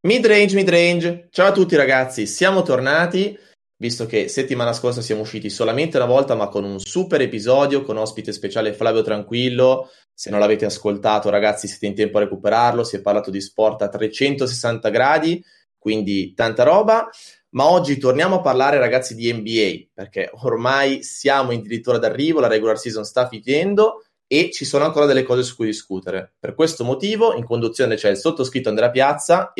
Midrange, midrange. Ciao a tutti ragazzi, siamo tornati, visto che settimana scorsa siamo usciti solamente una volta, ma con un super episodio con ospite speciale Flavio Tranquillo. Se non l'avete ascoltato, ragazzi, siete in tempo a recuperarlo. Si è parlato di sport a 360 gradi, quindi tanta roba. Ma oggi torniamo a parlare, ragazzi, di NBA, perché ormai siamo addirittura d'arrivo, la regular season sta finendo e ci sono ancora delle cose su cui discutere. Per questo motivo in conduzione c'è il sottoscritto Andrea Piazza e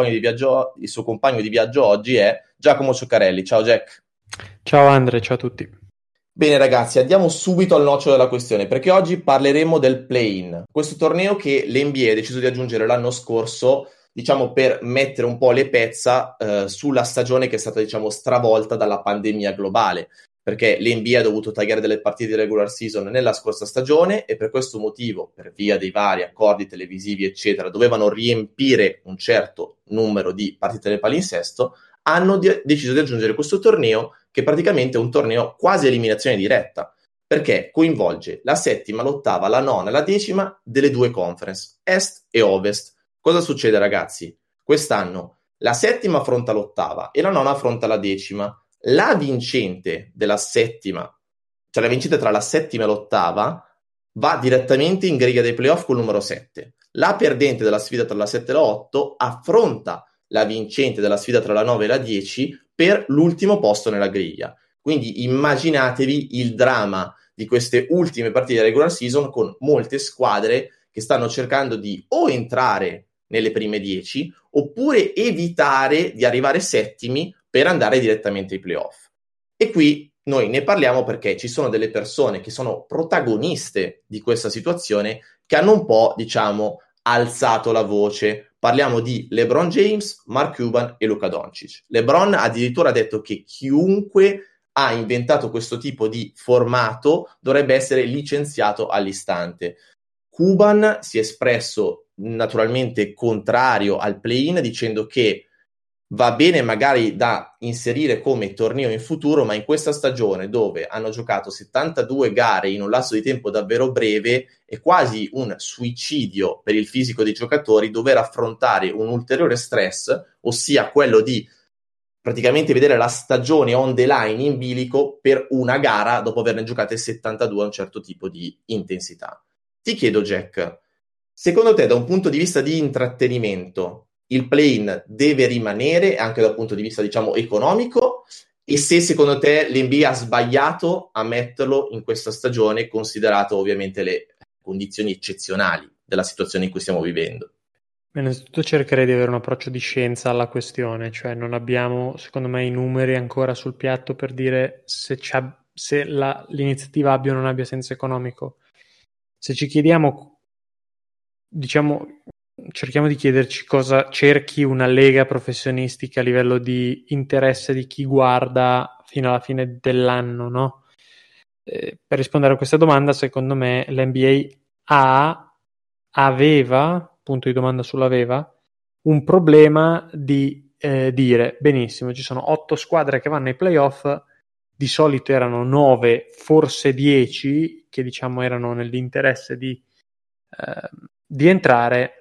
il suo compagno di viaggio oggi è Giacomo Cioccarelli. Ciao Jack. Ciao Andre, ciao a tutti. Bene ragazzi, andiamo subito al nocciolo della questione, perché oggi parleremo del play-in, questo torneo che l'NBA ha deciso di aggiungere l'anno scorso, diciamo per mettere un po' le pezza sulla stagione che è stata, diciamo, stravolta dalla pandemia globale, perché l'NBA ha dovuto tagliare delle partite di regular season nella scorsa stagione e per questo motivo, per via dei vari accordi televisivi eccetera, dovevano riempire un certo numero di partite del palinsesto, hanno deciso di aggiungere questo torneo che praticamente è un torneo quasi a eliminazione diretta, perché coinvolge la settima, l'ottava, la nona e la decima delle due conference, Est e Ovest. Cosa succede ragazzi? Quest'anno la settima affronta l'ottava e la nona affronta la decima. La vincente della settima, cioè la vincente tra la settima e l'ottava, va direttamente in griglia dei playoff col numero 7. La perdente della sfida tra la 7 e la 8 affronta la vincente della sfida tra la 9 e la 10 per l'ultimo posto nella griglia. Quindi immaginatevi il dramma di queste ultime partite di regular season con molte squadre che stanno cercando di o entrare nelle prime 10 oppure evitare di arrivare settimi per andare direttamente ai playoff. E qui noi ne parliamo perché ci sono delle persone che sono protagoniste di questa situazione che hanno un po', diciamo, alzato la voce. Parliamo di LeBron James, Mark Cuban e Luka Doncic. LeBron addirittura ha detto che chiunque ha inventato questo tipo di formato dovrebbe essere licenziato all'istante. Cuban si è espresso naturalmente contrario al play-in dicendo che va bene magari da inserire come torneo in futuro, ma in questa stagione dove hanno giocato 72 gare in un lasso di tempo davvero breve è quasi un suicidio per il fisico dei giocatori dover affrontare un ulteriore stress, ossia quello di praticamente vedere la stagione on the line in bilico per una gara dopo averne giocate 72 a un certo tipo di intensità. Ti chiedo Jack, secondo te da un punto di vista di intrattenimento il play-in deve rimanere anche dal punto di vista, diciamo, economico, e se secondo te l'NBA ha sbagliato a metterlo in questa stagione, considerato ovviamente le condizioni eccezionali della situazione in cui stiamo vivendo? Innanzitutto cercherei di avere un approccio di scienza alla questione, cioè non abbiamo, secondo me, i numeri ancora sul piatto per dire se l'iniziativa abbia o non abbia senso economico. Se ci chiediamo, diciamo, cerchiamo di chiederci cosa cerchi una lega professionistica a livello di interesse di chi guarda fino alla fine dell'anno, no? Per rispondere a questa domanda, secondo me l'NBA aveva, punto di domanda sull'aveva, un problema di dire, benissimo, ci sono 8 squadre che vanno ai playoff, di solito erano 9, forse 10, che diciamo erano nell'interesse di entrare,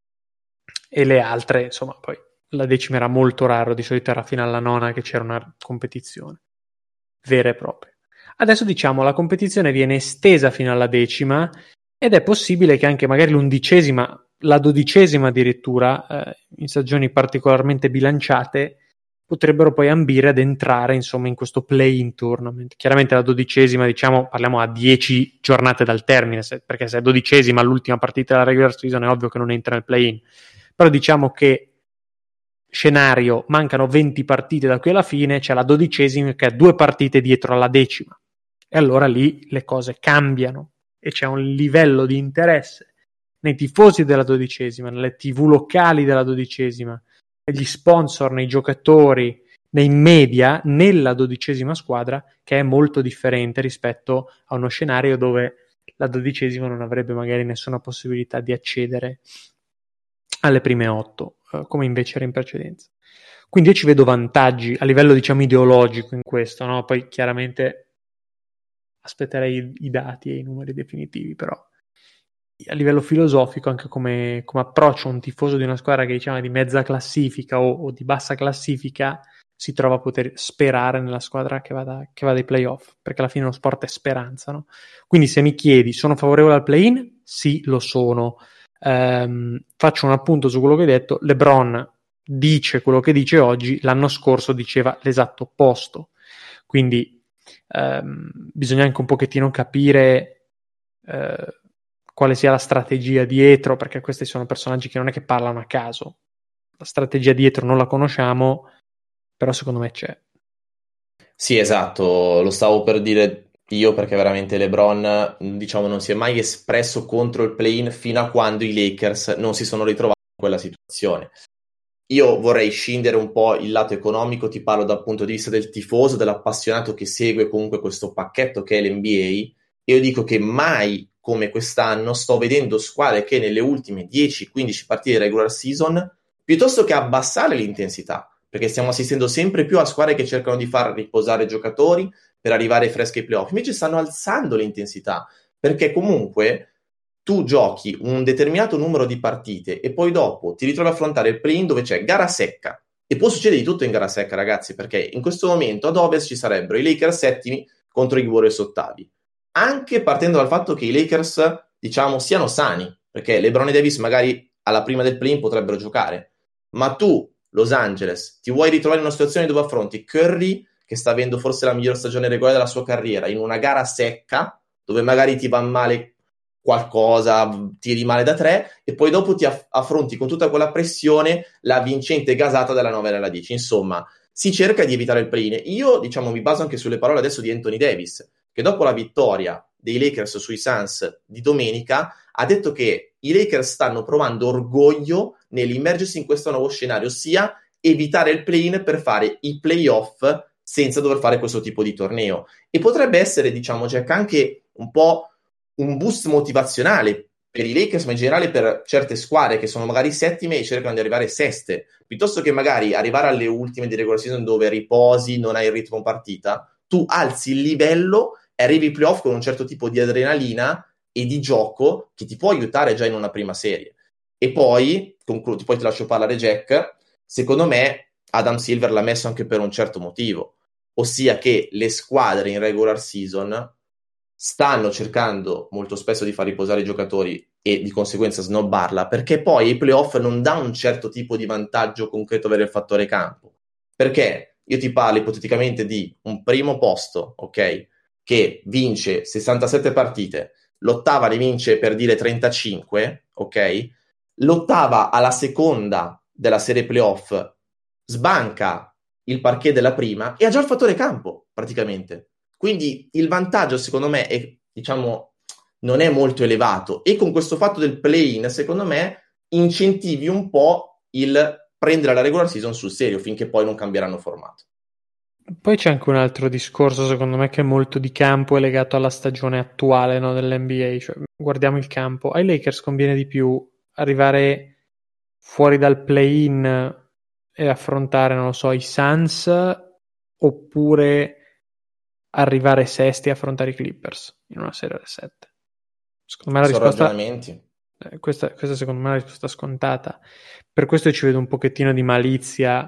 e le altre, insomma, poi la decima era molto raro, di solito era fino alla nona che c'era una competizione vera e propria. Adesso diciamo la competizione viene estesa fino alla decima ed è possibile che anche magari l'undicesima, la dodicesima addirittura, in stagioni particolarmente bilanciate, potrebbero poi ambire ad entrare insomma in questo play-in tournament. Chiaramente la dodicesima, diciamo, parliamo a 10 giornate dal termine, perché se è dodicesima l'ultima partita della regular season è ovvio che non entra nel play-in, però diciamo che scenario, mancano 20 partite da qui alla fine, c'è la dodicesima che ha 2 partite dietro alla decima e allora lì le cose cambiano e c'è un livello di interesse nei tifosi della dodicesima, nelle TV locali della dodicesima, negli sponsor, nei giocatori, nei media, nella dodicesima squadra, che è molto differente rispetto a uno scenario dove la dodicesima non avrebbe magari nessuna possibilità di accedere alle prime 8, come invece era in precedenza. Quindi io ci vedo vantaggi a livello, diciamo, ideologico in questo, no? Poi chiaramente aspetterei i dati e i numeri definitivi, però a livello filosofico, anche come approccio, un tifoso di una squadra che diciamo è di mezza classifica o di bassa classifica si trova a poter sperare nella squadra che vada ai playoff, perché alla fine lo sport è speranza, no? Quindi se mi chiedi, sono favorevole al play-in? Sì, lo sono. Faccio un appunto su quello che hai detto. LeBron dice quello che dice oggi, l'anno scorso diceva l'esatto opposto, quindi bisogna anche un pochettino capire quale sia la strategia dietro, perché questi sono personaggi che non è che parlano a caso, la strategia dietro non la conosciamo, però secondo me c'è. Sì, esatto, lo stavo per dire io perché veramente LeBron, diciamo, non si è mai espresso contro il play-in fino a quando i Lakers non si sono ritrovati in quella situazione. Io vorrei scindere un po' il lato economico, ti parlo dal punto di vista del tifoso, dell'appassionato che segue comunque questo pacchetto che è l'NBA, e io dico che mai come quest'anno sto vedendo squadre che nelle ultime 10-15 partite di regular season, piuttosto che abbassare l'intensità, perché stiamo assistendo sempre più a squadre che cercano di far riposare giocatori per arrivare freschi ai playoff, invece stanno alzando l'intensità, perché comunque tu giochi un determinato numero di partite e poi dopo ti ritrovi a affrontare il play-in dove c'è gara secca, e può succedere di tutto in gara secca, ragazzi, perché in questo momento ad Ovest ci sarebbero i Lakers settimi contro i Warriors ottavi, anche partendo dal fatto che i Lakers, diciamo, siano sani, perché LeBron e Davis magari alla prima del play-in potrebbero giocare, ma tu, Los Angeles, ti vuoi ritrovare in una situazione dove affronti Curry, che sta avendo forse la miglior stagione regolare della sua carriera, in una gara secca, dove magari ti va male qualcosa, tiri male da 3 e poi dopo ti affronti con tutta quella pressione la vincente gasata della 9 alla 10. Insomma, si cerca di evitare il play-in. Io, diciamo, mi baso anche sulle parole adesso di Anthony Davis, che dopo la vittoria dei Lakers sui Suns di domenica ha detto che i Lakers stanno provando orgoglio nell'immergersi in questo nuovo scenario, ossia evitare il play-in per fare i playoff senza dover fare questo tipo di torneo. E potrebbe essere, diciamo, Jack, anche un po' un boost motivazionale per i Lakers, ma in generale per certe squadre che sono magari settime e cercano di arrivare seste, piuttosto che magari arrivare alle ultime di regular season dove riposi, non hai il ritmo partita, tu alzi il livello e arrivi ai playoff con un certo tipo di adrenalina e di gioco che ti può aiutare già in una prima serie. E poi, poi ti lascio parlare Jack, secondo me Adam Silver l'ha messo anche per un certo motivo, ossia che le squadre in regular season stanno cercando molto spesso di far riposare i giocatori e di conseguenza snobbarla, perché poi ai playoff non dà un certo tipo di vantaggio concreto avere il fattore campo, perché io ti parlo ipoteticamente di un primo posto, ok, che vince 67 partite, l'ottava ne vince per dire 35, ok, l'ottava alla seconda della serie playoff sbanca il parquet della prima e ha già il fattore campo praticamente. Quindi il vantaggio, secondo me, è, diciamo, non è molto elevato. E con questo fatto del play-in, secondo me, incentivi un po' il prendere la regular season sul serio, finché poi non cambieranno formato. Poi c'è anche un altro discorso, secondo me, che è molto di campo, è legato alla stagione attuale, no, dell'NBA. Cioè, guardiamo il campo. Ai Lakers conviene di più arrivare fuori dal play-in e affrontare, non lo so, i Suns, oppure arrivare sesti e affrontare i Clippers in una serie alle 7. Secondo me la Sono risposta ragionamenti. questa secondo me è la risposta scontata. Per questo ci vedo un pochettino di malizia.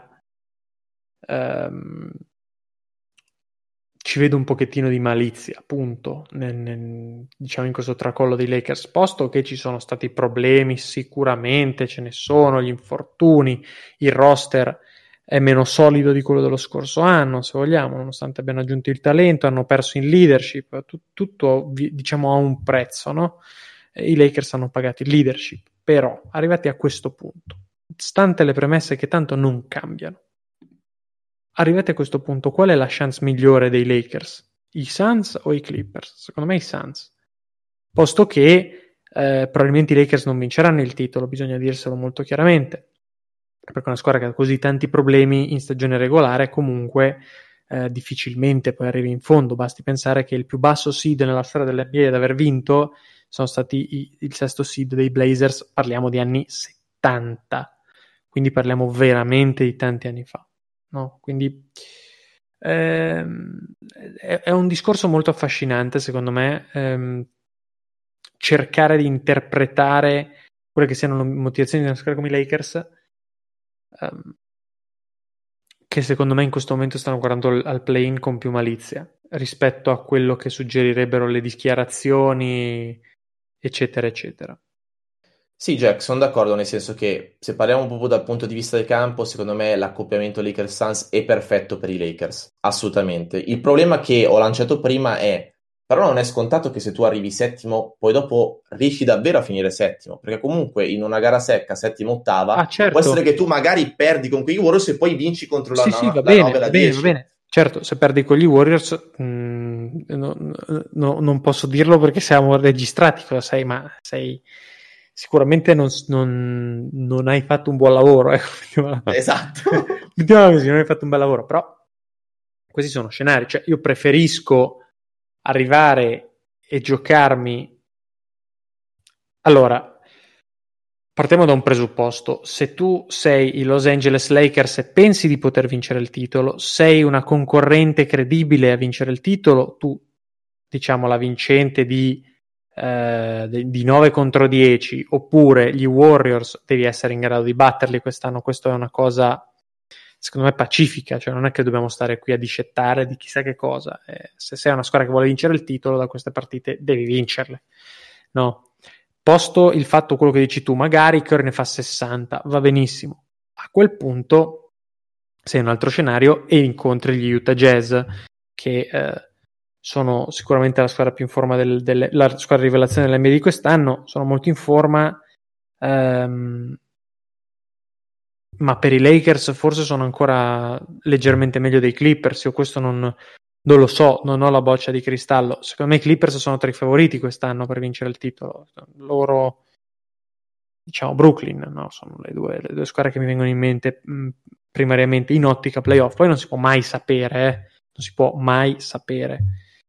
Ci vedo un pochettino di malizia, appunto, diciamo in questo tracollo dei Lakers, posto che ci sono stati problemi, sicuramente ce ne sono, gli infortuni, il roster è meno solido di quello dello scorso anno, se vogliamo, nonostante abbiano aggiunto il talento, hanno perso in leadership, tutto diciamo ha un prezzo, no? I Lakers hanno pagato il leadership, però arrivati a questo punto, stante le premesse che tanto non cambiano, arrivati a questo punto, qual è la chance migliore dei Lakers? I Suns o i Clippers? Secondo me i Suns. Posto che probabilmente i Lakers non vinceranno il titolo, bisogna dirselo molto chiaramente, perché una squadra che ha così tanti problemi in stagione regolare comunque difficilmente poi arrivi in fondo. Basti pensare che il più basso seed nella storia dell'NBA ad aver vinto sono stati il sesto seed dei Blazers, parliamo di anni 70, quindi parliamo veramente di tanti anni fa. No? Quindi è un discorso molto affascinante, secondo me. cercare di interpretare quelle che siano le motivazioni di una squadra come i Lakers, che secondo me in questo momento stanno guardando al play-in con più malizia rispetto a quello che suggerirebbero le dichiarazioni, eccetera, eccetera. Sì, Jack, sono d'accordo, nel senso che se parliamo proprio dal punto di vista del campo, secondo me l'accoppiamento Lakers-Suns è perfetto per i Lakers, assolutamente. Il problema che ho lanciato prima è, però non è scontato che se tu arrivi settimo, poi dopo riesci davvero a finire settimo, perché comunque in una gara secca, settima, ottava, certo. può essere che tu magari perdi con quei Warriors e poi vinci contro la 9 e la 10. Va bene. Certo, se perdi con gli Warriors non posso dirlo perché siamo registrati, cosa sei, ma sei... Sicuramente non hai fatto un buon lavoro. Esatto. Mettiamola così, non hai fatto un bel lavoro, però questi sono scenari. Cioè, io preferisco arrivare e giocarmi... Allora, partiamo da un presupposto. Se tu sei i Los Angeles Lakers e pensi di poter vincere il titolo, sei una concorrente credibile a vincere il titolo, tu, diciamo, la vincente di 9 contro 10, oppure gli Warriors, devi essere in grado di batterli quest'anno. Questo è una cosa secondo me pacifica, cioè non è che dobbiamo stare qui a discettare di chissà che cosa. Se sei una squadra che vuole vincere il titolo da queste partite devi vincerle, no? Posto il fatto, quello che dici tu, magari Curry ne fa 60, va benissimo, a quel punto sei in un altro scenario e incontri gli Utah Jazz, che sono sicuramente la squadra più in forma la squadra rivelazione dell'NBA di quest'anno, sono molto in forma, ma per i Lakers forse sono ancora leggermente meglio dei Clippers. Io questo non lo so, non ho la boccia di cristallo. Secondo me i Clippers sono tra i favoriti quest'anno per vincere il titolo. Loro, diciamo, Brooklyn, no? Sono le due squadre che mi vengono in mente primariamente in ottica playoff. Poi non si può mai sapere, non si può mai sapere.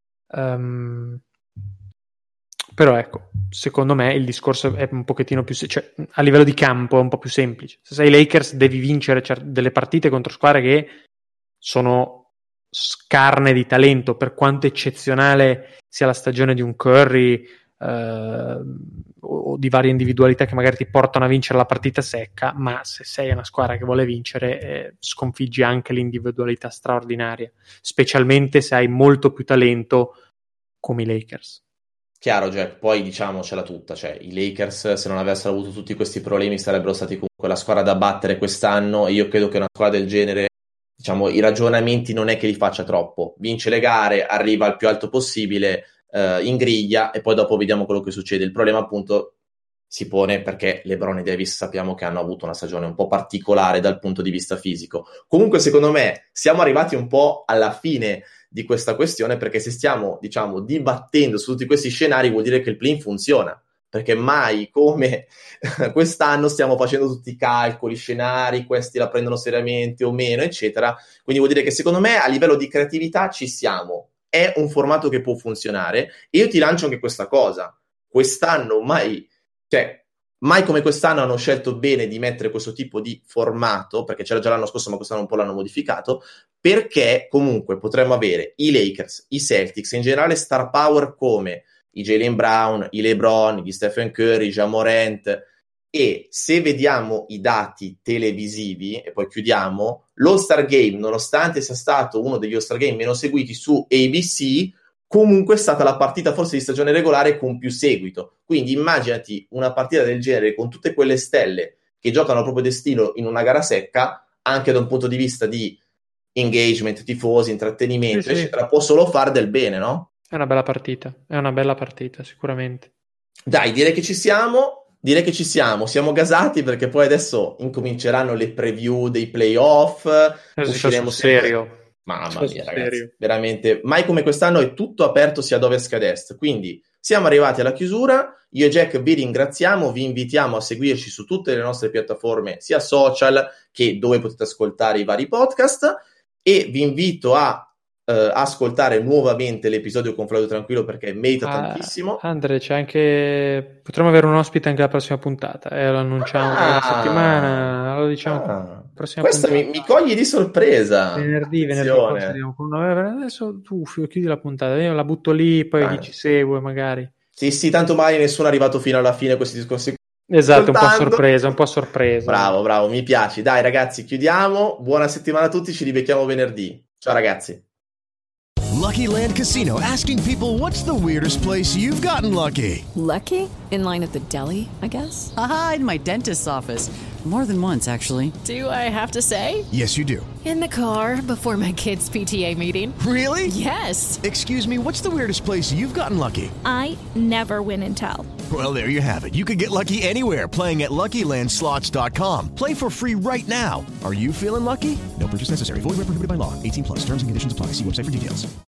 Però ecco, secondo me il discorso è un pochettino più, cioè a livello di campo è un po' più semplice. Se sei Lakers devi vincere delle partite contro squadre che sono scarne di talento, per quanto eccezionale sia la stagione di un Curry o di varie individualità che magari ti portano a vincere la partita secca, ma se sei una squadra che vuole vincere sconfiggi anche l'individualità straordinaria, specialmente se hai molto più talento come i Lakers. Chiaro, Jack, poi diciamocela tutta, cioè i Lakers se non avessero avuto tutti questi problemi sarebbero stati comunque la squadra da battere quest'anno, e io credo che una squadra del genere, diciamo, i ragionamenti non è che li faccia troppo, vince le gare, arriva al più alto possibile, ingriglia e poi dopo vediamo quello che succede. Il problema appunto si pone perché LeBron e Davis sappiamo che hanno avuto una stagione un po' particolare dal punto di vista fisico. Comunque secondo me siamo arrivati un po' alla fine di questa questione, perché se stiamo, diciamo, dibattendo su tutti questi scenari vuol dire che il play-in funziona, perché mai come quest'anno stiamo facendo tutti i calcoli, scenari, questi la prendono seriamente o meno, eccetera. Quindi vuol dire che secondo me a livello di creatività ci siamo, è un formato che può funzionare. E io ti lancio anche questa cosa: quest'anno mai come quest'anno hanno scelto bene di mettere questo tipo di formato, perché c'era già l'anno scorso ma quest'anno un po' l'hanno modificato, perché comunque potremmo avere i Lakers, i Celtics, in generale star power come i Jaylen Brown, i LeBron, gli Stephen Curry, Ja Morant, e se vediamo i dati televisivi, e poi chiudiamo, l'All-Star Game, nonostante sia stato uno degli All-Star Game meno seguiti su ABC, comunque è stata la partita forse di stagione regolare con più seguito. Quindi immaginati una partita del genere con tutte quelle stelle che giocano al proprio destino in una gara secca, anche da un punto di vista di engagement, tifosi, intrattenimento, eccetera, può solo fare del bene, no? È una bella partita, sicuramente. Dai, direi che ci siamo gasati, perché poi adesso incominceranno le preview dei playoff, usciremo serio. Mamma mia, ragazzi, veramente, mai come quest'anno è tutto aperto sia ad ovest che ad est. Quindi siamo arrivati alla chiusura. Io e Jack vi ringraziamo, vi invitiamo a seguirci su tutte le nostre piattaforme, sia social che dove potete ascoltare i vari podcast, e vi invito a ascoltare nuovamente l'episodio con Flavio Tranquillo, perché merita tantissimo. Andre, c'è anche, potremmo avere un ospite anche alla prossima puntata, lo annunciamo la settimana, lo diciamo. Questa mi cogli di sorpresa. Venerdì adesso tu chiudi la puntata, io la butto lì, poi chi ci segue magari. Sì, tanto mai nessuno è arrivato fino alla fine questi discorsi. Esatto, un po' sorpresa. Bravo, mi piaci. Dai ragazzi, chiudiamo. Buona settimana a tutti, ci rivediamo venerdì. Ciao ragazzi. Lucky Land Casino, asking people, what's the weirdest place you've gotten lucky? Lucky? In line at the deli, I guess? Aha, in my dentist's office. More than once, actually. Do I have to say? Yes, you do. In the car before my kids' PTA meeting. Really? Yes. Excuse me, what's the weirdest place you've gotten lucky? I never win and tell. Well, there you have it. You can get lucky anywhere, playing at LuckyLandSlots.com. Play for free right now. Are you feeling lucky? No purchase necessary. Void where prohibited by law. 18+. Terms and conditions apply. See website for details.